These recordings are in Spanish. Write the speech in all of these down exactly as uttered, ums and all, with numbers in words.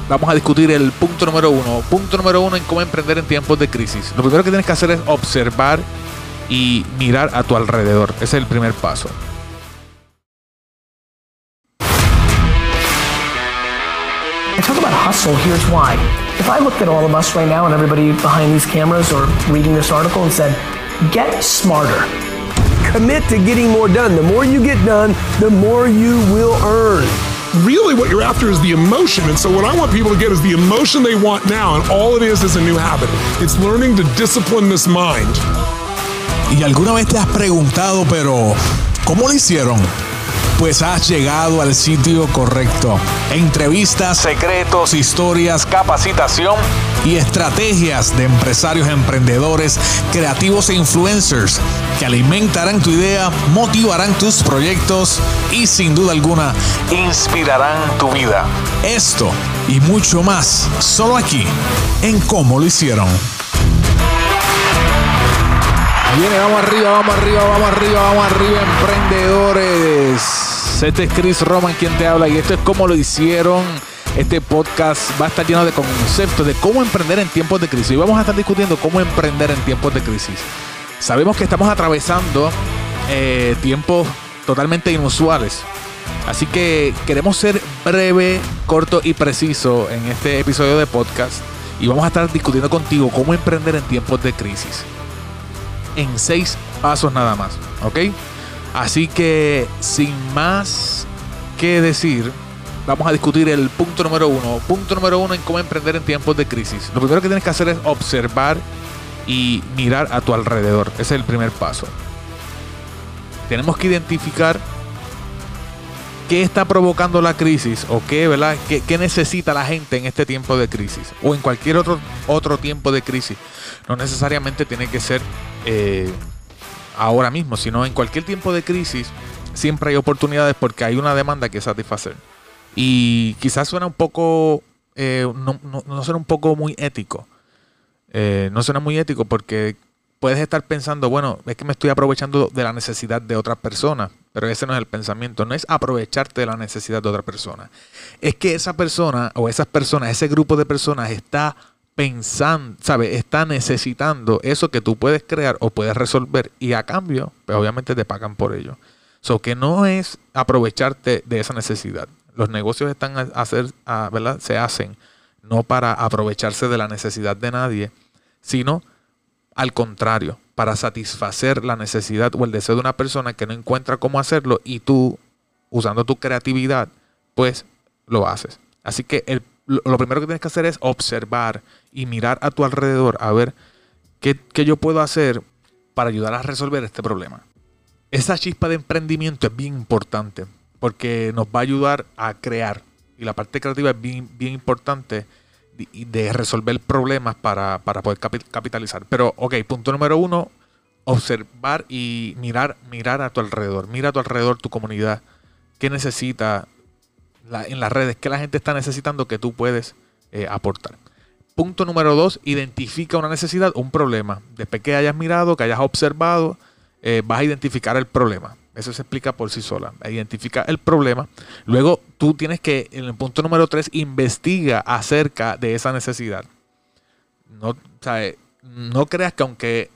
vamos a discutir el punto número uno. Punto número uno en cómo emprender en tiempos de crisis. Lo primero que tienes que hacer es observar y mirar a tu alrededor. Ese es el primer paso. I talk about hustle, here's why. If I looked at all of us right now and everybody behind these cameras or reading this article and said, get smarter. Commit to getting more done. The more you get done, the more you will earn. Really what you're after is the emotion. And so what I want people to get is the emotion they want now. And all it is is a new habit. It's learning to discipline this mind. ¿Y alguna vez te has preguntado, pero cómo lo hicieron? Pues has llegado al sitio correcto. Entrevistas, secretos, historias, capacitación y estrategias de empresarios, emprendedores, creativos e influencers que alimentarán tu idea, motivarán tus proyectos y sin duda alguna inspirarán tu vida. Esto y mucho más solo aquí en Cómo Lo Hicieron. Viene, vamos arriba, vamos arriba, vamos arriba, vamos arriba, emprendedores. Este es Chris Roman quien te habla y esto es Cómo Lo Hicieron. Este podcast va a estar lleno de conceptos de cómo emprender en tiempos de crisis. Y vamos a estar discutiendo cómo emprender en tiempos de crisis. Sabemos que estamos atravesando eh, tiempos totalmente inusuales. Así que queremos ser breve, corto y preciso en este episodio de podcast. Y vamos a estar discutiendo contigo cómo emprender en tiempos de crisis. En seis pasos nada más, ¿ok? Así que sin más que decir, vamos a discutir el punto número uno. Punto número uno en cómo emprender en tiempos de crisis. Lo primero que tienes que hacer es observar y mirar a tu alrededor. Ese es el primer paso. Tenemos que identificar qué está provocando la crisis o qué, ¿verdad? ¿Qué, qué necesita la gente en este tiempo de crisis o en cualquier otro, otro tiempo de crisis. No necesariamente tiene que ser eh, ahora mismo, sino en cualquier tiempo de crisis siempre hay oportunidades porque hay una demanda que satisfacer. Y quizás suena un poco, eh, no, no, no suena un poco muy ético. Eh, no suena muy ético porque puedes estar pensando, bueno, es que me estoy aprovechando de la necesidad de otra persona. Pero ese no es el pensamiento. No es aprovecharte de la necesidad de otra persona. Es que esa persona o esas personas, ese grupo de personas está pensando, ¿sabes? Está necesitando eso que tú puedes crear o puedes resolver. Y a cambio, pues obviamente te pagan por ello. So que no es aprovecharte de esa necesidad. Los negocios están a hacer, a, ¿verdad? Se hacen no para aprovecharse de la necesidad de nadie, sino al contrario, para satisfacer la necesidad o el deseo de una persona que no encuentra cómo hacerlo y tú, usando tu creatividad, pues lo haces. Así que el, lo primero que tienes que hacer es observar y mirar a tu alrededor a ver qué, qué yo puedo hacer para ayudar a resolver este problema. Esa chispa de emprendimiento es bien importante porque nos va a ayudar a crear. Y la parte creativa es bien, bien importante de resolver problemas para, para poder capitalizar. Pero, ok, punto número uno, observar y mirar, mirar a tu alrededor. Mira a tu alrededor, tu comunidad. ¿Qué necesita la, en las redes? ¿Qué la gente está necesitando que tú puedes eh, aportar? Punto número dos, identifica una necesidad, un problema. Después que hayas mirado, que hayas observado, eh, vas a identificar el problema. Eso se explica por sí sola. Identifica el problema. Luego tú tienes que, en el punto número tres, investiga acerca de esa necesidad. No, o sea, no creas que aunque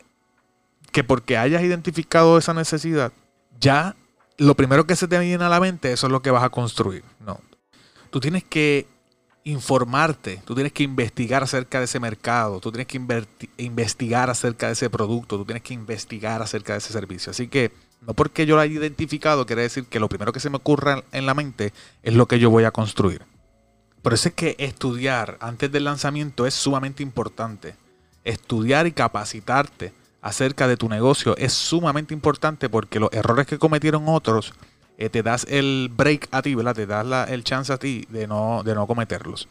que porque hayas identificado esa necesidad, ya lo primero que se te viene a la mente, eso es lo que vas a construir. No. Tú tienes que informarte, tú tienes que investigar acerca de ese mercado, tú tienes que investigar acerca de ese producto, tú tienes que investigar acerca de ese servicio. Así que no porque yo lo haya identificado quiere decir que lo primero que se me ocurra en la mente es lo que yo voy a construir. Por eso es que estudiar antes del lanzamiento es sumamente importante. Estudiar y capacitarte acerca de tu negocio es sumamente importante porque los errores que cometieron otros eh, te das el break a ti, ¿verdad? Te das la, el chance a ti de no, de no cometerlos.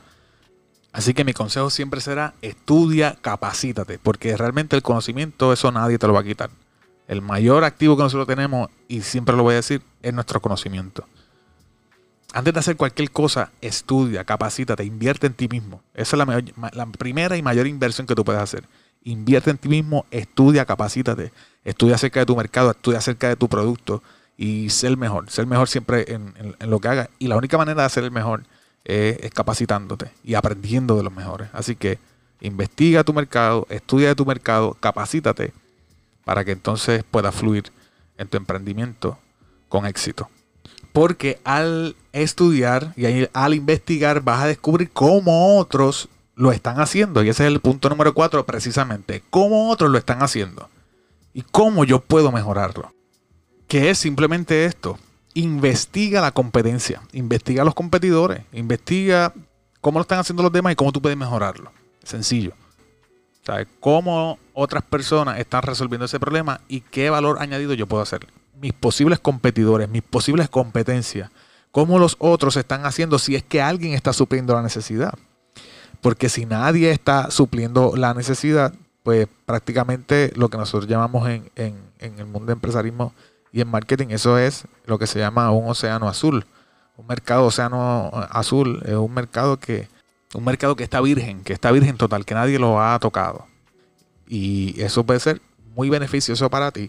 Así que mi consejo siempre será estudia, capacítate, porque realmente el conocimiento, eso nadie te lo va a quitar. El mayor activo que nosotros tenemos, y siempre lo voy a decir, es nuestro conocimiento. Antes de hacer cualquier cosa, estudia, capacítate, invierte en ti mismo. Esa es la, mayor, la primera y mayor inversión que tú puedes hacer. Invierte en ti mismo, estudia, capacítate, estudia acerca de tu mercado, estudia acerca de tu producto y ser mejor. Ser mejor siempre en, en, en lo que hagas. Y la única manera de ser el mejor eh, es capacitándote y aprendiendo de los mejores. Así que investiga tu mercado, estudia de tu mercado, capacítate para que entonces puedas fluir en tu emprendimiento con éxito. Porque al estudiar y al investigar vas a descubrir cómo otros lo están haciendo. Y ese es el punto número cuatro precisamente. Cómo otros lo están haciendo. Y cómo yo puedo mejorarlo. Que es simplemente esto. Investiga la competencia. Investiga a los competidores. Investiga cómo lo están haciendo los demás y cómo tú puedes mejorarlo. Sencillo. ¿Sabes? Cómo otras personas están resolviendo ese problema y qué valor añadido yo puedo hacer. Mis posibles competidores, mis posibles competencias. Cómo los otros están haciendo si es que alguien está supliendo la necesidad. Porque si nadie está supliendo la necesidad, pues prácticamente lo que nosotros llamamos en, en, en el mundo de empresarismo y en marketing, eso es lo que se llama un océano azul. Un mercado océano azul es un mercado que, un mercado que está virgen, que está virgen total, que nadie lo ha tocado. Y eso puede ser muy beneficioso para ti,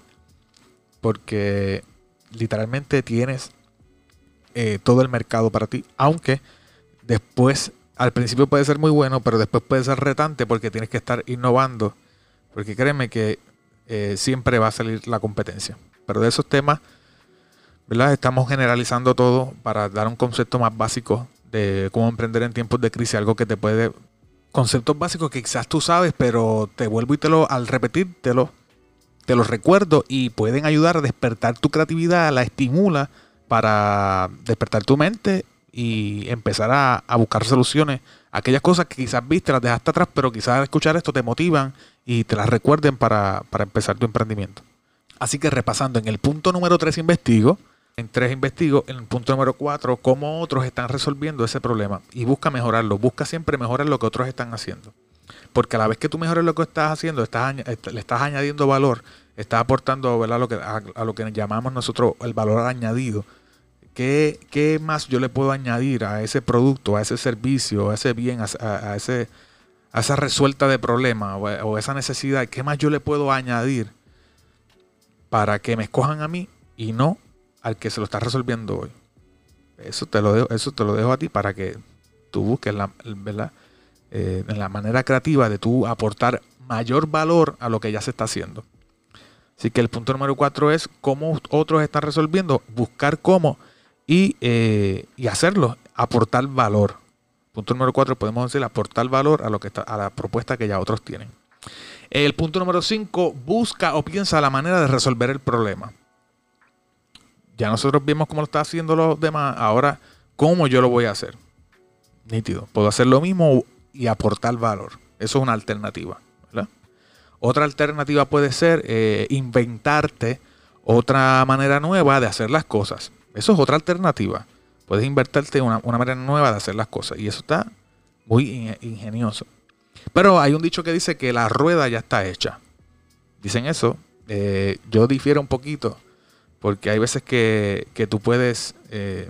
porque literalmente tienes eh, todo el mercado para ti, aunque después, al principio puede ser muy bueno, pero después puede ser retante porque tienes que estar innovando, porque créeme que eh, siempre va a salir la competencia. Pero de esos temas, ¿verdad? Estamos generalizando todo para dar un concepto más básico de cómo emprender en tiempos de crisis, algo que te puede... Conceptos básicos que quizás tú sabes, pero te vuelvo y te lo, al repetírtelo, te los recuerdo y pueden ayudar a despertar tu creatividad, la estimula para despertar tu mente y empezar a, a buscar soluciones. Aquellas cosas que quizás viste, las dejaste atrás, pero quizás al escuchar esto te motivan y te las recuerden para, para empezar tu emprendimiento. Así que repasando, en el punto número tres investigo, en tres investigo, en el punto número cuatro, cómo otros están resolviendo ese problema y busca mejorarlo, busca siempre mejorar lo que otros están haciendo. Porque a la vez que tú mejores lo que estás haciendo, estás, le estás añadiendo valor, estás aportando, ¿verdad? Lo que, a, a lo que llamamos nosotros el valor añadido. ¿Qué, ¿Qué más yo le puedo añadir a ese producto, a ese servicio, a ese bien, a, a, a, ese, a esa resuelta de problema o, o esa necesidad? ¿Qué más yo le puedo añadir para que me escojan a mí y no al que se lo está resolviendo hoy? Eso te lo dejo, eso te lo dejo a ti para que tú busques la, ¿verdad? Eh, en la manera creativa de tú aportar mayor valor a lo que ya se está haciendo. Así que el punto número cuatro es cómo otros están resolviendo, buscar cómo y, eh, y hacerlo, aportar valor. Punto número cuatro, podemos decir aportar valor a lo que está, a la propuesta que ya otros tienen. El punto número cinco, busca o piensa la manera de resolver el problema. Ya nosotros vimos cómo lo están haciendo los demás, ahora cómo yo lo voy a hacer. Nítido, puedo hacer lo mismo y aportar valor. Eso es una alternativa, ¿verdad? Otra alternativa puede ser eh, inventarte otra manera nueva de hacer las cosas. Eso es otra alternativa. Puedes inventarte una, una manera nueva de hacer las cosas. Y eso está muy ingenioso. Pero hay un dicho que dice que la rueda ya está hecha. Dicen eso. Eh, yo difiero un poquito. Porque hay veces que, que tú puedes eh,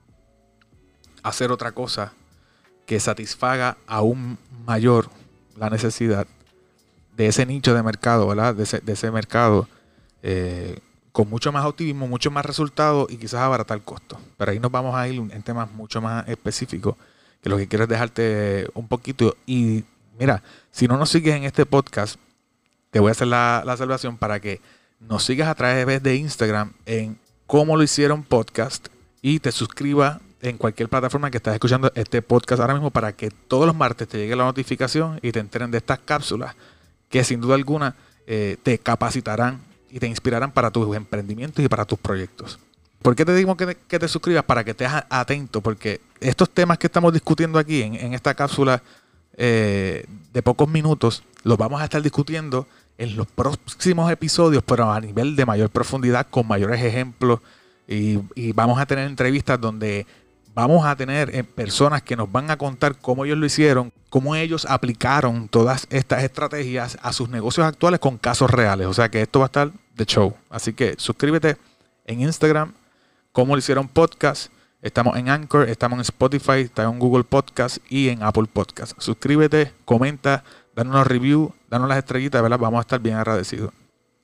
hacer otra cosa que satisfaga aún mayor la necesidad de ese nicho de mercado, ¿verdad? De ese, de ese mercado eh, con mucho más optimismo, mucho más resultados y quizás abaratar el costo. Pero ahí nos vamos a ir en temas mucho más específicos, que lo que quiero es dejarte un poquito. Y mira, si no nos sigues en este podcast, te voy a hacer la, la salvación para que nos sigas a través de Instagram en Cómo Lo Hicieron Podcast y te suscribas en cualquier plataforma que estés escuchando este podcast ahora mismo para que todos los martes te llegue la notificación y te enteren de estas cápsulas que sin duda alguna eh, te capacitarán y te inspirarán para tus emprendimientos y para tus proyectos. ¿Por qué te digo que te, que te suscribas? Para que estés atento, porque estos temas que estamos discutiendo aquí en, en esta cápsula eh, de pocos minutos, los vamos a estar discutiendo en los próximos episodios, pero a nivel de mayor profundidad, con mayores ejemplos, y, y vamos a tener entrevistas donde vamos a tener eh, personas que nos van a contar cómo ellos lo hicieron, cómo ellos aplicaron todas estas estrategias a sus negocios actuales con casos reales. O sea que esto va a estar de show. Así que suscríbete en Instagram, Cómo Lo Hicieron Podcast. Estamos en Anchor, estamos en Spotify, estamos en Google Podcast y en Apple Podcast. Suscríbete, comenta, danos unos reviews, danos las estrellitas, ¿verdad? Vamos a estar bien agradecidos.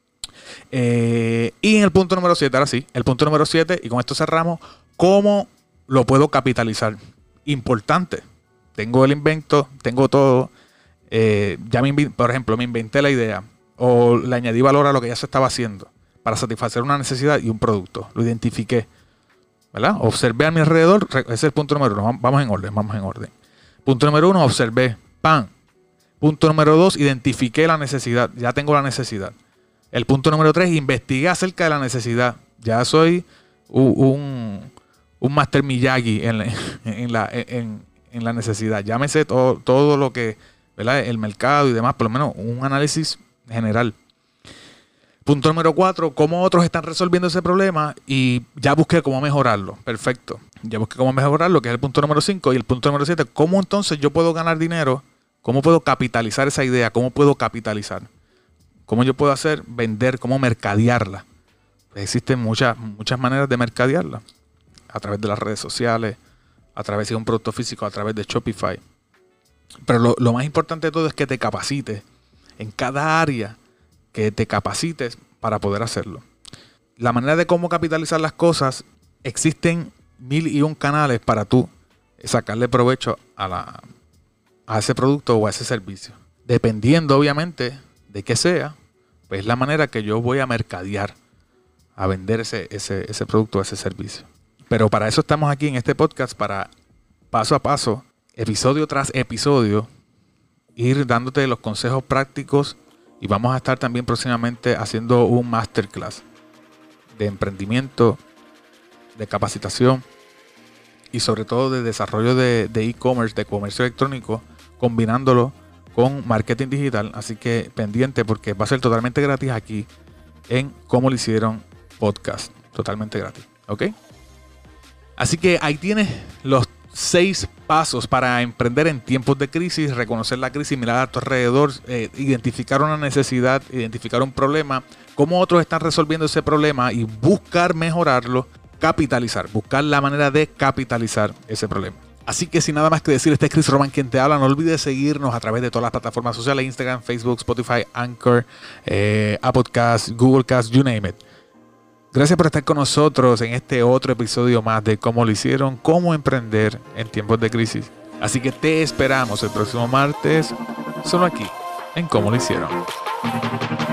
Eh, y en el punto número siete, ahora sí, el punto número siete, y con esto cerramos, ¿cómo lo puedo capitalizar? importante. Tengo el invento, tengo todo. Eh, ya me invi- por ejemplo, me inventé la idea o le añadí valor a lo que ya se estaba haciendo para satisfacer una necesidad y un producto. Lo identifiqué, ¿verdad? Observé a mi alrededor. Ese es el punto número uno. Vamos en orden, vamos en orden. Punto número uno, observé. ¡Pam! Punto número dos, identifiqué la necesidad. Ya tengo la necesidad. El punto número tres, investigué acerca de la necesidad. Ya soy un, un, un Master Miyagi en la, en, la, en, en la necesidad. Ya me sé todo, todo lo que, ¿verdad? El mercado y demás, por lo menos un análisis general. Punto número cuatro, cómo otros están resolviendo ese problema y ya busqué cómo mejorarlo. Perfecto. Ya busqué cómo mejorarlo, que es el punto número cinco. Y el punto número siete, cómo entonces yo puedo ganar dinero, cómo puedo capitalizar esa idea, cómo puedo capitalizar. ¿Cómo yo puedo hacer? Vender, cómo mercadearla. Pues existen muchas, muchas maneras de mercadearla. A través de las redes sociales, a través de un producto físico, a través de Shopify. Pero lo, lo más importante de todo es que te capacites en cada área, que te capacites para poder hacerlo. La manera de cómo capitalizar las cosas, existen mil y un canales para tú sacarle provecho a, la, a ese producto o a ese servicio. Dependiendo, obviamente, de qué sea, pues es la manera que yo voy a mercadear, a vender ese, ese, ese producto o ese servicio. Pero para eso estamos aquí en este podcast, para paso a paso, episodio tras episodio, ir dándote los consejos prácticos. Y vamos a estar también próximamente haciendo un masterclass de emprendimiento, de capacitación y sobre todo de desarrollo de de e-commerce, de comercio electrónico, combinándolo con marketing digital. Así que pendiente, porque va a ser totalmente gratis aquí en Cómo Lo Hicieron Podcast. Totalmente gratis. ¿Ok? Así que ahí tienes los seis pasos para emprender en tiempos de crisis: reconocer la crisis, mirar a tu alrededor, eh, identificar una necesidad, identificar un problema, cómo otros están resolviendo ese problema y buscar mejorarlo, capitalizar, buscar la manera de capitalizar ese problema. Así que sin nada más que decir, este es Chris Roman quien te habla. No olvides seguirnos a través de todas las plataformas sociales: Instagram, Facebook, Spotify, Anchor, eh, Apple Cast, Google Cast, you name it. Gracias por estar con nosotros en este otro episodio más de Cómo Lo Hicieron, cómo emprender en tiempos de crisis. Así que te esperamos el próximo martes, solo aquí, en Cómo Lo Hicieron.